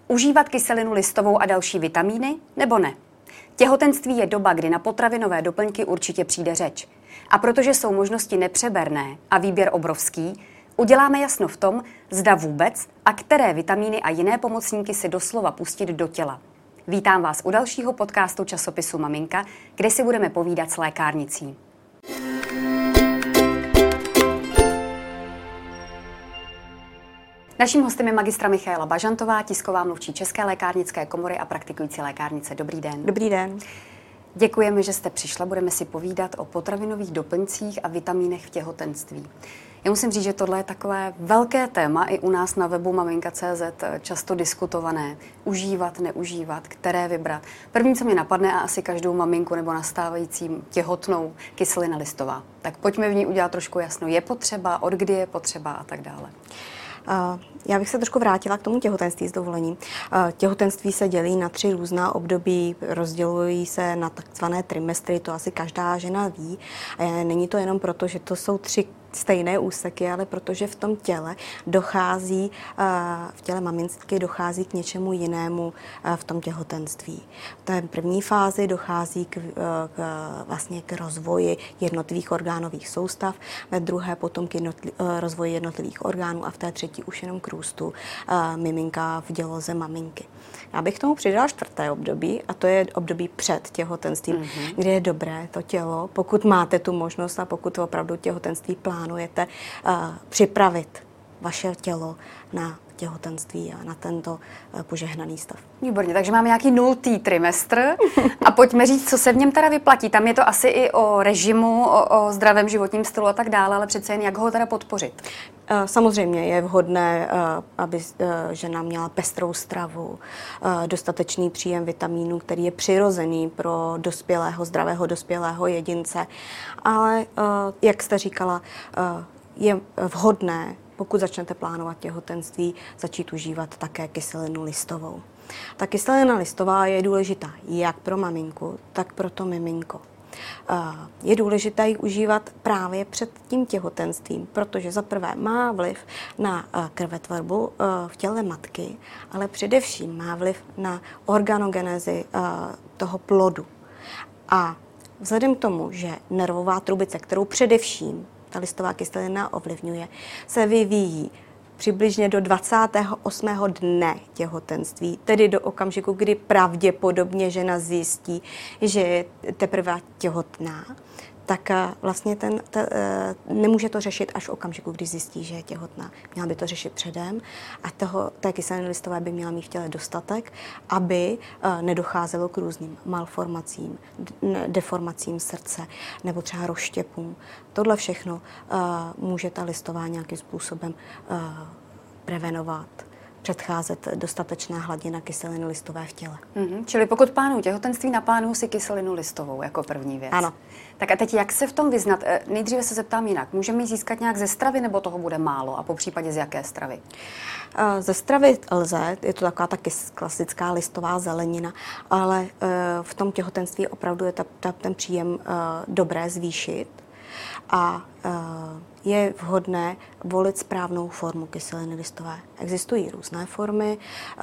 Užívat kyselinu listovou a další vitamíny nebo ne? Těhotenství je doba, kdy na potravinové doplňky určitě přijde řeč. A protože jsou možnosti nepřeberné a výběr obrovský, uděláme jasno v tom, zda vůbec a které vitamíny a jiné pomocníky si doslova pustit do těla. Vítám vás u dalšího podcastu časopisu Maminka, kde si budeme povídat s lékárnicí. Naším hostem je magistra Michaela Bažantová, tisková mluvčí České lékárnické komory a praktikující lékárnice. Dobrý den. Dobrý den. Děkujeme, že jste přišla. Budeme si povídat o potravinových doplňcích a vitamínech v těhotenství. Já musím říct, že tohle je takové velké téma i u nás na webu maminka.cz často diskutované. Užívat, neužívat, které vybrat. První, co mě napadne, a asi každou maminku nebo nastávající těhotnou, kyselina listová. Tak pojďme v ní udělat trošku jasno. Je potřeba, od kdy je potřeba a tak dále. Já bych se trošku vrátila k tomu těhotenství s dovolením. Těhotenství se dělí na 3 různá období, rozdělují se na takzvané trimestry, to asi každá žena ví. Není to jenom proto, že to jsou 3 stejné úseky, ale protože v tom těle dochází, v těle maminky dochází k něčemu jinému v tom těhotenství. V té první fázi dochází vlastně k rozvoji jednotlivých orgánových soustav, ve druhé potom k rozvoji jednotlivých orgánů a v té třetí už jenom k růstu miminka v děloze maminky. Já bych tomu přidala 4. období, a to je období před těhotenstvím, kde je dobré to tělo, pokud máte tu možnost a pokud opravdu těhotenství plánujete, připravit vaše tělo na těhotenství a na tento požehnaný stav. Výborně, takže máme nějaký 0. trimestr a pojďme říct, co se v něm teda vyplatí. Tam je to asi i o režimu, o zdravém životním stylu a tak dále, ale přece jen jak ho teda podpořit? Samozřejmě je vhodné, aby žena měla pestrou stravu, dostatečný příjem vitamínů, který je přirozený pro zdravého dospělého jedince. Ale, jak jste říkala, je vhodné, pokud začnete plánovat těhotenství, začít užívat také kyselinu listovou. Ta kyselina listová je důležitá jak pro maminku, tak pro to miminko. Je důležité ji užívat právě před tím těhotenstvím, protože za prvé má vliv na krvetvorbu v těle matky, ale především má vliv na organogenezi toho plodu. A vzhledem k tomu, že nervová trubice, kterou především ta listová kyselina ovlivňuje, se vyvíjí přibližně do 28. dne těhotenství, tedy do okamžiku, kdy pravděpodobně žena zjistí, že je teprve těhotná, tak vlastně nemůže to řešit až v okamžiku, kdy zjistí, že je těhotná. Měla by to řešit předem a té kyseliny listové by měla mít v těle dostatek, aby nedocházelo k různým malformacím, deformacím srdce nebo třeba rozštěpům. Tohle všechno může ta listová nějakým způsobem prevenovat, předcházet dostatečná hladina kyseliny listové v těle. Čili pokud plánuju těhotenství, naplánuju si kyselinu listovou jako první věc. Ano. Tak a teď jak se v tom vyznat? Nejdříve se zeptám jinak. Můžeme ji získat nějak ze stravy, nebo toho bude málo? A po případě z jaké stravy? Ze stravy lze, je to taková taky klasická listová zelenina, ale v tom těhotenství opravdu je ten příjem dobré zvýšit. A je vhodné volit správnou formu kyseliny listové. Existují různé formy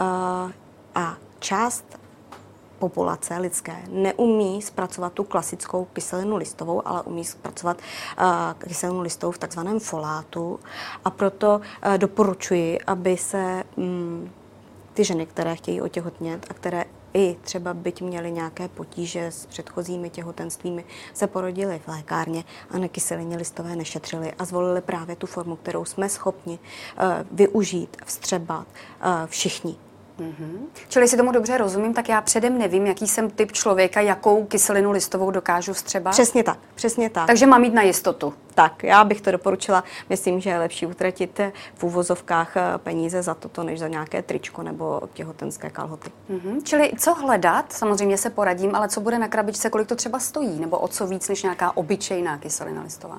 a část populace lidské neumí zpracovat tu klasickou kyselinu listovou, ale umí zpracovat kyselinu listovou v takzvaném folátu. A proto doporučuji, aby se ty ženy, které chtějí otěhotnět a které i třeba byť měli nějaké potíže s předchozími těhotenstvími, se porodili v lékárně a na kyselině listové nešetřili a zvolili právě tu formu, kterou jsme schopni využít, vstřebat všichni. Čili si tomu dobře rozumím, tak já předem nevím, jaký jsem typ člověka, jakou kyselinu listovou dokážu vstřebat? Přesně tak. Takže mám jít na jistotu. Tak, já bych to doporučila. Myslím, že je lepší utratit v úvozovkách peníze za toto, než za nějaké tričko nebo těhotenské kalhoty. Čili co hledat? Samozřejmě se poradím, ale co bude na krabičce, kolik to třeba stojí? Nebo o co víc než nějaká obyčejná kyselina listová?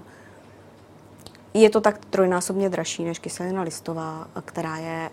Je to tak trojnásobně dražší než kyselina listová, která je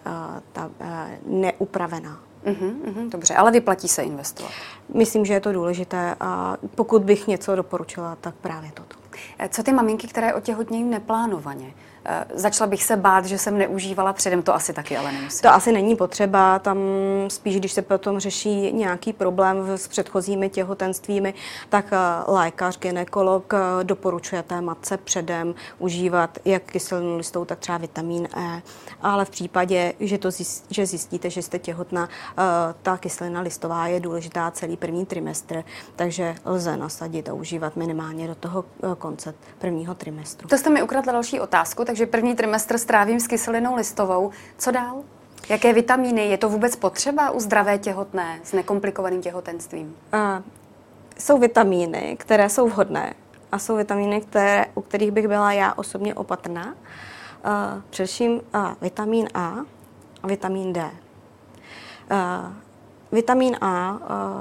neupravená. Dobře, ale vyplatí se investovat. Myslím, že je to důležité a pokud bych něco doporučila, tak právě toto. Co ty maminky, které otěhotnějí neplánovaně? začala bych se bát, že jsem neužívala předem, to asi taky ale nemusím. To asi není potřeba, tam spíš, když se potom řeší nějaký problém s předchozími těhotenstvími, tak lékař, gynekolog doporučuje té matce předem užívat jak kyselinu listovou, tak třeba vitamin E, ale v případě, že zjistíte, že jste těhotná, ta kyselina listová je důležitá celý první trimestr, takže lze nasadit a užívat minimálně do toho konce prvního trimestru. To jste mi ukradla další otázku, takže první trimestr strávím s kyselinou listovou. Co dál? Jaké vitamíny? Je to vůbec potřeba u zdravé těhotné s nekomplikovaným těhotenstvím? Jsou vitamíny, které jsou vhodné a jsou vitamíny, u kterých bych byla já osobně opatrná. Především vitamin A a vitamin D. Vitamin A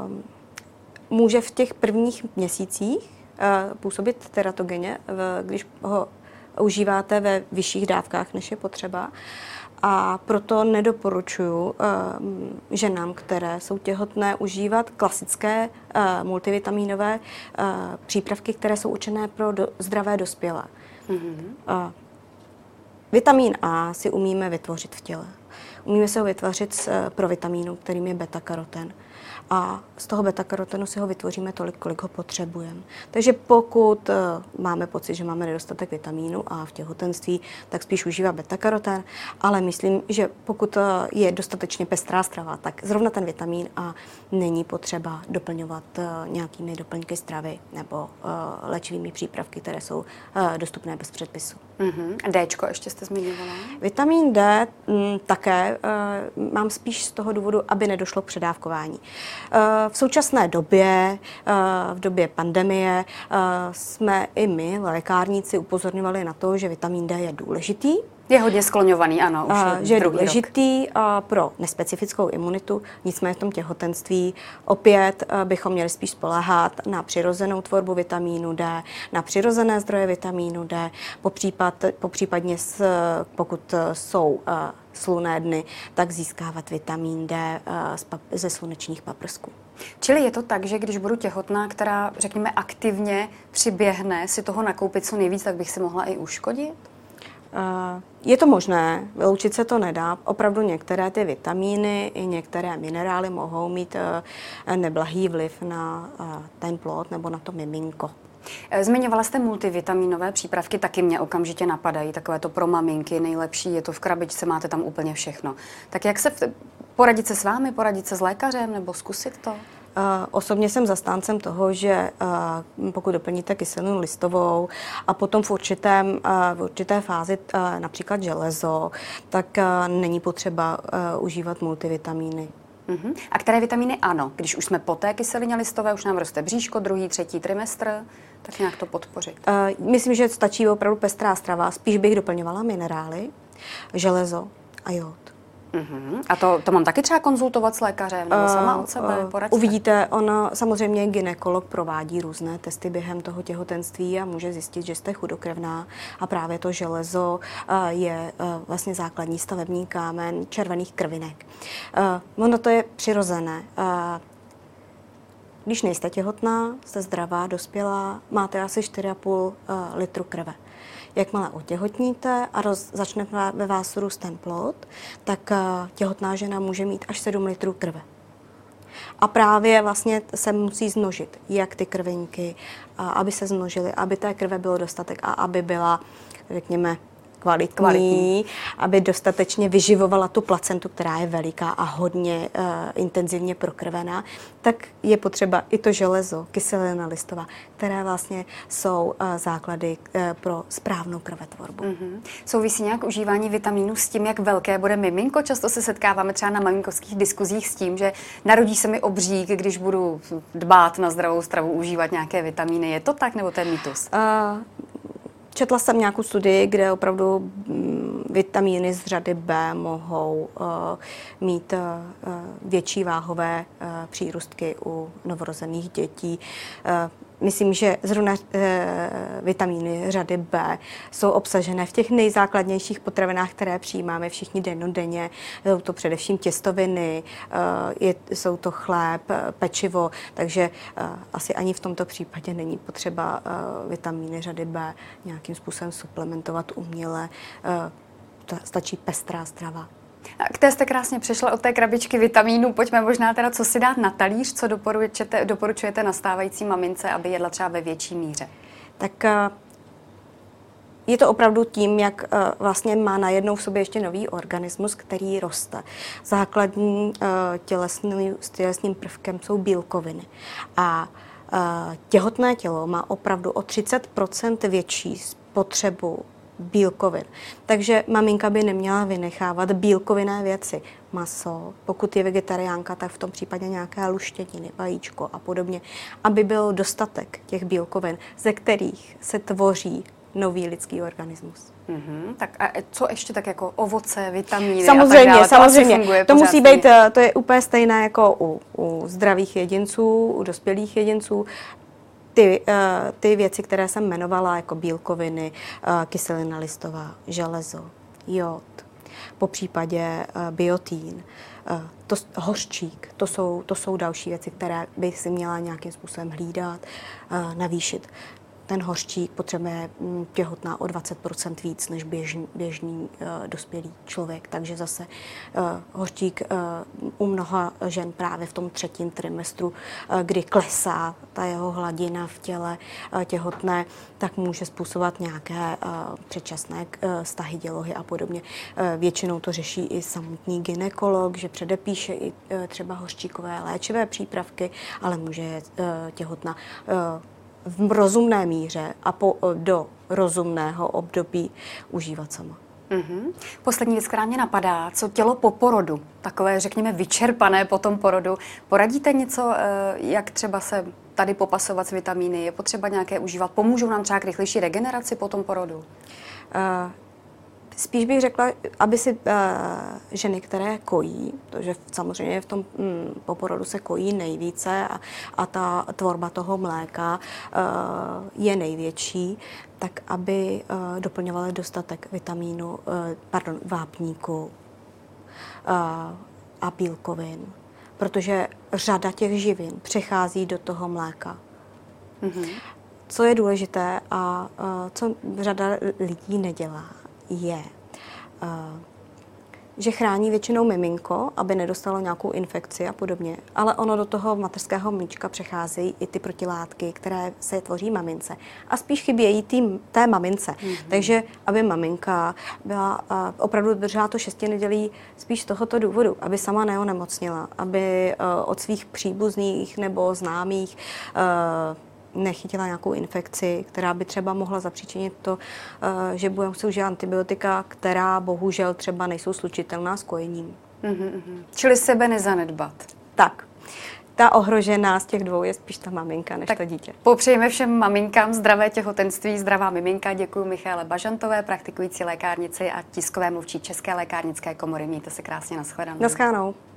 může v těch prvních měsících působit teratogenně, když ho užíváte ve vyšších dávkách, než je potřeba. A proto nedoporučuji ženám, které jsou těhotné, užívat klasické multivitaminové přípravky, které jsou určené pro zdravé dospělé. Mm-hmm. Vitamin A si umíme vytvořit v těle. Umíme se ho vytvořit z provitamínu, kterým je beta-karoten. A z toho beta-karotenu si ho vytvoříme tolik, kolik ho potřebujeme. Takže pokud máme pocit, že máme nedostatek vitamínu A v těhotenství, tak spíš užívá beta-karoten, ale myslím, že pokud je dostatečně pestrá strava, tak zrovna ten vitamin A není potřeba doplňovat nějakými doplňky stravy nebo léčivými přípravky, které jsou dostupné bez předpisu. A Dčko ještě jste zmiňovala? Vitamin D také mám spíš z toho důvodu, aby nedošlo k předávkování. V současné době, v době pandemie, jsme i my, lékárníci, upozorňovali na to, že vitamin D je důležitý. Je hodně skloňovaný, ano. Už že je důležitý pro nespecifickou imunitu, nicméně v tom těhotenství opět bychom měli spíš spoléhat na přirozenou tvorbu vitamínu D, na přirozené zdroje vitamínu D, popřípadně pokud jsou slunné dny, tak získávat vitamin D ze slunečních paprsků. Čili je to tak, že když budu těhotná, která, řekněme, aktivně přiběhne si toho nakoupit co nejvíc, tak bych si mohla i uškodit? Je to možné, vyloučit se to nedá. Opravdu některé ty vitamíny i některé minerály mohou mít neblahý vliv na ten plod nebo na to miminko. Zmiňovala jste multivitaminové přípravky, taky mě okamžitě napadají, takové to pro maminky, nejlepší, je to v krabičce, máte tam úplně všechno. Tak jak se poradit se s vámi, poradit se s lékařem nebo zkusit to? Osobně jsem zastáncem toho, že pokud doplníte kyselinu listovou a potom v určité fázi například železo, tak není potřeba užívat multivitamíny. Uh-huh. A které vitamíny ano? Když už jsme po té kyselině listové, už nám roste bříško, druhý, třetí trimestr, tak nějak to podpořit. Myslím, že stačí opravdu pestrá strava. Spíš bych doplňovala minerály, železo a jód. Uh-huh. A to mám taky třeba konzultovat s lékařem nebo sama od sebe? Poraďte. Uvidíte, samozřejmě gynekolog provádí různé testy během toho těhotenství a může zjistit, že jste chudokrevná a právě to železo je vlastně základní stavební kámen červených krvinek. Ono to je přirozené. Když nejste těhotná, jste zdravá, dospělá, máte asi 4,5 litru krve. Jakmile otěhotníte a začne ve vás růst ten plod, tak těhotná žena může mít až 7 litrů krve. A právě vlastně se musí zmnožit, jak ty krvinky, aby se zmnožily, aby té krve bylo dostatek a aby byla, řekněme, kvalitní, aby dostatečně vyživovala tu placentu, která je veliká a hodně intenzivně prokrvená, tak je potřeba i to železo, kyselina listová, které vlastně jsou základy pro správnou krvetvorbu. Mm-hmm. Souvisí nějak užívání vitamínů s tím, jak velké bude miminko? Často se setkáváme třeba na maminkovských diskuzích s tím, že narodí se mi obřík, když budu dbát na zdravou stravu, užívat nějaké vitamíny. Je to tak, nebo to je mýtus? Četla jsem nějakou studii, kde opravdu vitamíny z řady B mohou mít větší váhové přírůstky u novorozených dětí. myslím, že zrovna vitamíny řady B jsou obsažené v těch nejzákladnějších potravinách, které přijímáme všichni dennodenně. Jsou to především těstoviny, jsou to chléb, pečivo, takže asi ani v tomto případě není potřeba vitamíny řady B nějakým způsobem suplementovat uměle. Stačí pestrá strava. K té jste krásně přešla od té krabičky vitamínů. Pojďme možná teda, co si dát na talíř, co doporučujete nastávající mamince, aby jedla třeba ve větší míře? Tak je to opravdu tím, jak vlastně má najednou v sobě ještě nový organismus, který roste. Základní tělesným prvkem jsou bílkoviny. A těhotné tělo má opravdu o 30% větší spotřebu bílkovin. Takže maminka by neměla vynechávat bílkovinné věci. Maso, pokud je vegetariánka, tak v tom případě nějaké luštěniny, vajíčko a podobně, aby byl dostatek těch bílkovin, ze kterých se tvoří nový lidský organismus. Tak a co ještě tak jako ovoce, vitamíny samozřejmě, a tak dále? Samozřejmě. To musí být, to je úplně stejné jako u zdravých jedinců, u dospělých jedinců. Ty věci, které jsem jmenovala, jako bílkoviny, kyselina listová, železo, jód, popřípadě biotín, hořčík, to jsou další věci, které by si měla nějakým způsobem hlídat, navýšit. Ten hořčík potřebuje těhotná o 20% víc než běžný dospělý člověk. Takže zase hořčík u mnoha žen právě v tom 3. trimestru, kdy klesá ta jeho hladina v těle těhotné, tak může způsobovat nějaké předčasné stahy dělohy a podobně. Většinou to řeší i samotný gynekolog, že předepíše i třeba hořčíkové léčivé přípravky, ale může těhotná v rozumné míře a do rozumného období užívat sama. Poslední věc, která mě napadá, co tělo po porodu, takové, řekněme, vyčerpané po tom porodu. Poradíte něco, jak třeba se tady popasovat s vitamíny? Je potřeba nějaké užívat? Pomůžou nám třeba k rychlejší regeneraci po tom porodu? Spíš bych řekla, aby si ženy, které kojí, protože samozřejmě v tom poporodu se kojí nejvíce a ta tvorba toho mléka je největší, tak aby doplňovaly dostatek vápníku a bílkovin, protože řada těch živin přechází do toho mléka. Co je důležité a co řada lidí nedělá, je, že chrání většinou miminko, aby nedostalo nějakou infekci a podobně, ale ono do toho mateřského mlíčka přecházejí i ty protilátky, které se tvoří mamince a spíš chybějí té mamince. Takže aby maminka byla opravdu držela to 6 nedělí spíš z tohoto důvodu, aby sama neonemocnila, aby od svých příbuzných nebo známých nechytila nějakou infekci, která by třeba mohla zapříčinit to, že budeme muset užívat antibiotika, která bohužel třeba nejsou slučitelná s kojením. Čili sebe nezanedbat. Tak. Ta ohrožená z těch dvou je spíš ta maminka než to dítě. Popřejme všem maminkám zdravé těhotenství, zdravá miminka. Děkuji Michaele Bažantové, praktikující lékárnici a tiskové mluvčí České lékárnické komory. Mějte se krásně, nashledanou. Naschledanou.